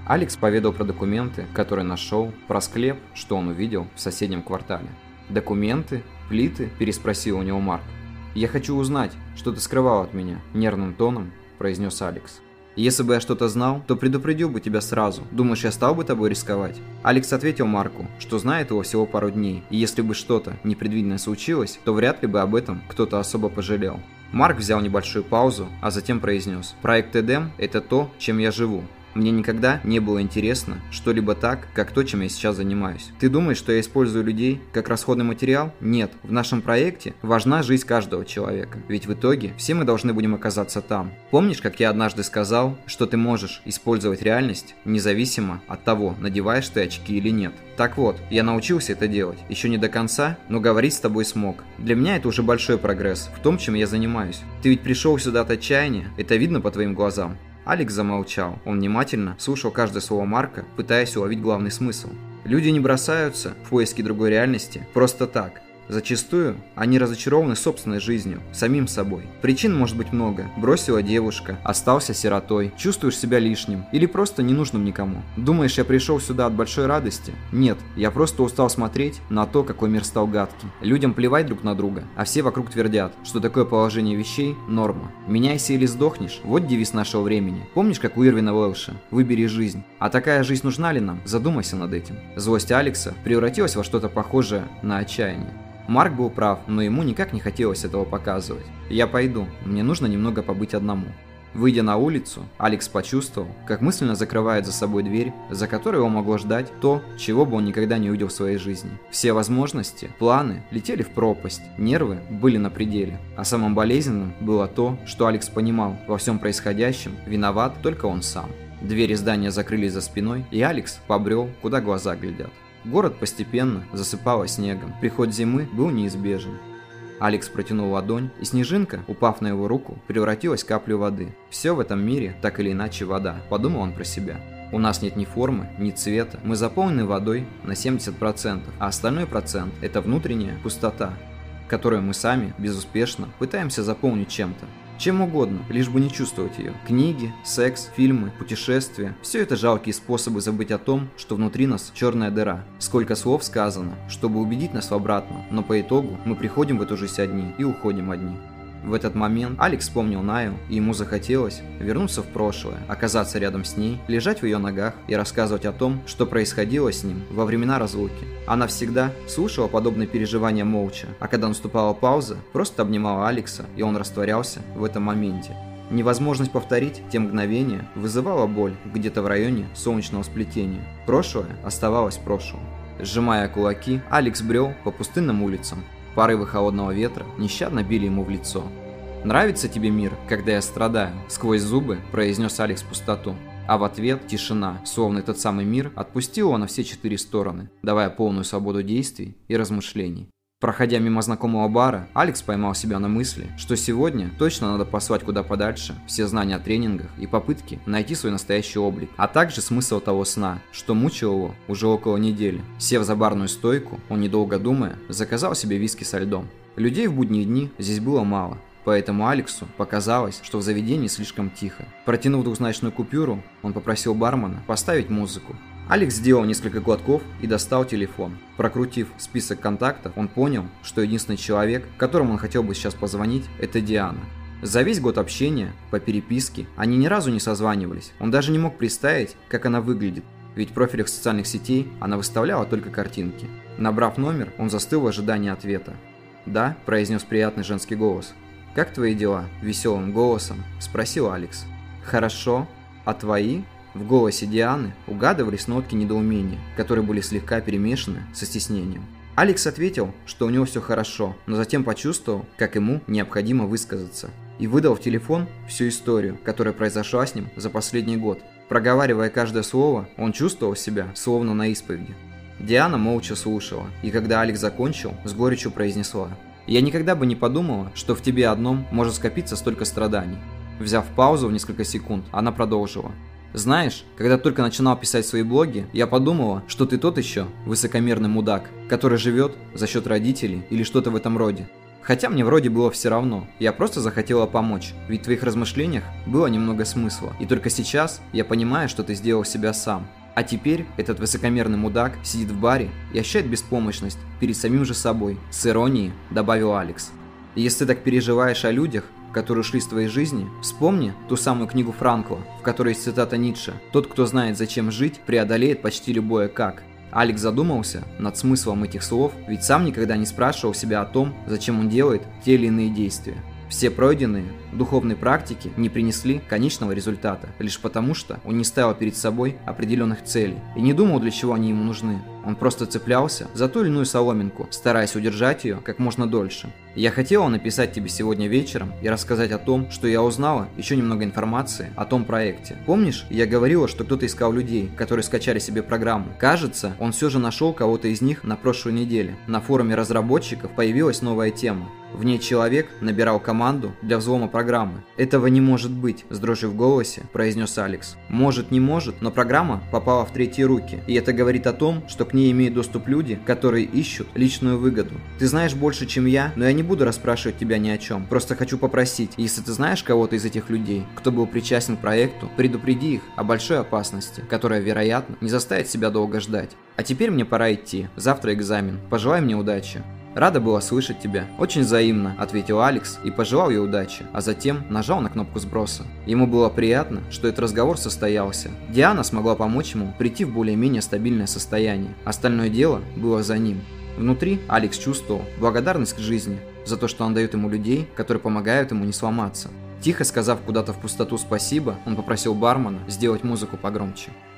Алекс поведал про документы, которые нашел, про склеп, что он увидел в соседнем квартале. «Документы? Плиты?» – переспросил у него Марк. «Я хочу узнать, что ты скрывал от меня», – нервным тоном произнес Алекс. «Если бы я что-то знал, то предупредил бы тебя сразу. Думаешь, я стал бы тобой рисковать?» Алекс ответил Марку, что знает его всего пару дней, и если бы что-то непредвиденное случилось, то вряд ли бы об этом кто-то особо пожалел. Марк взял небольшую паузу, а затем произнес: «Проект Эдем – это то, чем я живу. Мне никогда не было интересно что-либо так, как то, чем я сейчас занимаюсь. Ты думаешь, что я использую людей как расходный материал? Нет. В нашем проекте важна жизнь каждого человека. Ведь в итоге все мы должны будем оказаться там. Помнишь, как я однажды сказал, что ты можешь использовать реальность независимо от того, надеваешь ты очки или нет? Так вот, я научился это делать. Еще не до конца, но говорить с тобой смог. Для меня это уже большой прогресс в том, чем я занимаюсь. Ты ведь пришел сюда от отчаяния, это видно по твоим глазам». Алекс замолчал. Он внимательно слушал каждое слово Марка, пытаясь уловить главный смысл. Люди не бросаются в поиски другой реальности просто так. Зачастую они разочарованы собственной жизнью, самим собой. Причин может быть много. Бросила девушка, остался сиротой, чувствуешь себя лишним или просто ненужным никому. Думаешь, я пришел сюда от большой радости? Нет, я просто устал смотреть на то, какой мир стал гадким. Людям плевать друг на друга, а все вокруг твердят, что такое положение вещей – норма. Меняйся или сдохнешь – вот девиз нашего времени. Помнишь, как у Ирвина Уэлша? Выбери жизнь. А такая жизнь нужна ли нам? Задумайся над этим. Злость Алекса превратилась во что-то похожее на отчаяние. Марк был прав, но ему никак не хотелось этого показывать. «Я пойду, мне нужно немного побыть одному». Выйдя на улицу, Алекс почувствовал, как мысленно закрывает за собой дверь, за которой его могло ждать то, чего бы он никогда не увидел в своей жизни. Все возможности, планы летели в пропасть, нервы были на пределе. А самым болезненным было то, что Алекс понимал, во всем происходящем виноват только он сам. Двери здания закрылись за спиной, и Алекс побрел, куда глаза глядят. Город постепенно засыпало снегом, приход зимы был неизбежен. Алекс протянул ладонь, и снежинка, упав на его руку, превратилась в каплю воды. «Все в этом мире так или иначе вода», – подумал он про себя. «У нас нет ни формы, ни цвета, мы заполнены водой на 70%, а остальной процент – это внутренняя пустота, которую мы сами безуспешно пытаемся заполнить чем-то. Чем угодно, лишь бы не чувствовать ее. Книги, секс, фильмы, путешествия – все это жалкие способы забыть о том, что внутри нас черная дыра. Сколько слов сказано, чтобы убедить нас в обратном, но по итогу мы приходим в эту жизнь одни и уходим одни». В этот момент Алекс вспомнил Наю, и ему захотелось вернуться в прошлое, оказаться рядом с ней, лежать в ее ногах и рассказывать о том, что происходило с ним во времена разлуки. Она всегда слушала подобные переживания молча, а когда наступала пауза, просто обнимала Алекса, и он растворялся в этом моменте. Невозможность повторить те мгновения вызывала боль где-то в районе солнечного сплетения. Прошлое оставалось в прошлом. Сжимая кулаки, Алекс брел по пустынным улицам. Порывы холодного ветра нещадно били ему в лицо. «Нравится тебе мир, когда я страдаю?» – сквозь зубы произнес Алекс в пустоту. А в ответ тишина, словно этот самый мир отпустил его на все 4 стороны, давая полную свободу действий и размышлений. Проходя мимо знакомого бара, Алекс поймал себя на мысли, что сегодня точно надо послать куда подальше все знания о тренингах и попытки найти свой настоящий облик, а также смысл того сна, что мучил его уже около недели. Сев за барную стойку, он, недолго думая, заказал себе виски со льдом. Людей в будние дни здесь было мало, поэтому Алексу показалось, что в заведении слишком тихо. Протянув двухзначную купюру, он попросил бармена поставить музыку. Алекс сделал несколько глотков и достал телефон. Прокрутив список контактов, он понял, что единственный человек, которому он хотел бы сейчас позвонить, это Диана. За весь год общения по переписке они ни разу не созванивались. Он даже не мог представить, как она выглядит, ведь в профилях социальных сетей она выставляла только картинки. Набрав номер, он застыл в ожидании ответа. «Да», – произнес приятный женский голос. «Как твои дела?» – веселым голосом спросил Алекс. «Хорошо. А твои?» В голосе Дианы угадывались нотки недоумения, которые были слегка перемешаны со стеснением. Алекс ответил, что у него все хорошо, но затем почувствовал, как ему необходимо высказаться. И выдал в телефон всю историю, которая произошла с ним за последний год. Проговаривая каждое слово, он чувствовал себя словно на исповеди. Диана молча слушала, и когда Алекс закончил, с горечью произнесла: «Я никогда бы не подумала, что в тебе одном может скопиться столько страданий». Взяв паузу в несколько секунд, она продолжила: «Знаешь, когда только начинал писать свои блоги, я подумала, что ты тот еще высокомерный мудак, который живет за счет родителей или что-то в этом роде. Хотя мне вроде было все равно, я просто захотела помочь, ведь в твоих размышлениях было немного смысла, и только сейчас я понимаю, что ты сделал себя сам. А теперь этот высокомерный мудак сидит в баре и ощущает беспомощность перед самим же собой, с иронией добавил Алекс. И если ты так переживаешь о людях, которые ушли из твоей жизни, вспомни ту самую книгу Франкла, в которой есть цитата Ницше: «Тот, кто знает, зачем жить, преодолеет почти любое как». Алекс задумался над смыслом этих слов, ведь сам никогда не спрашивал себя о том, зачем он делает те или иные действия. Все пройденные духовные практики не принесли конечного результата, лишь потому что он не ставил перед собой определенных целей и не думал, для чего они ему нужны. Он просто цеплялся за ту или иную соломинку, стараясь удержать ее как можно дольше. Я хотела написать тебе сегодня вечером и рассказать о том, что я узнала еще немного информации о том проекте. Помнишь, я говорила, что кто-то искал людей, которые скачали себе программу? Кажется, он все же нашел кого-то из них на прошлой неделе. На форуме разработчиков появилась новая тема. В ней человек набирал команду для взлома программы. «Этого не может быть», – с дрожью в голосе произнес Алекс. «Может, не может, но программа попала в третьи руки. И это говорит о том, что к ней имеют доступ люди, которые ищут личную выгоду. Ты знаешь больше, чем я, но я не буду расспрашивать тебя ни о чем. Просто хочу попросить, если ты знаешь кого-то из этих людей, кто был причастен к проекту, предупреди их о большой опасности, которая, вероятно, не заставит себя долго ждать. А теперь мне пора идти. Завтра экзамен. Пожелай мне удачи». «Рада была слышать тебя». «Очень взаимно», — ответил Алекс и пожелал ей удачи, а затем нажал на кнопку сброса. Ему было приятно, что этот разговор состоялся. Диана смогла помочь ему прийти в более-менее стабильное состояние. Остальное дело было за ним. Внутри Алекс чувствовал благодарность к жизни за то, что он дает ему людей, которые помогают ему не сломаться. Тихо сказав куда-то в пустоту спасибо, он попросил бармена сделать музыку погромче.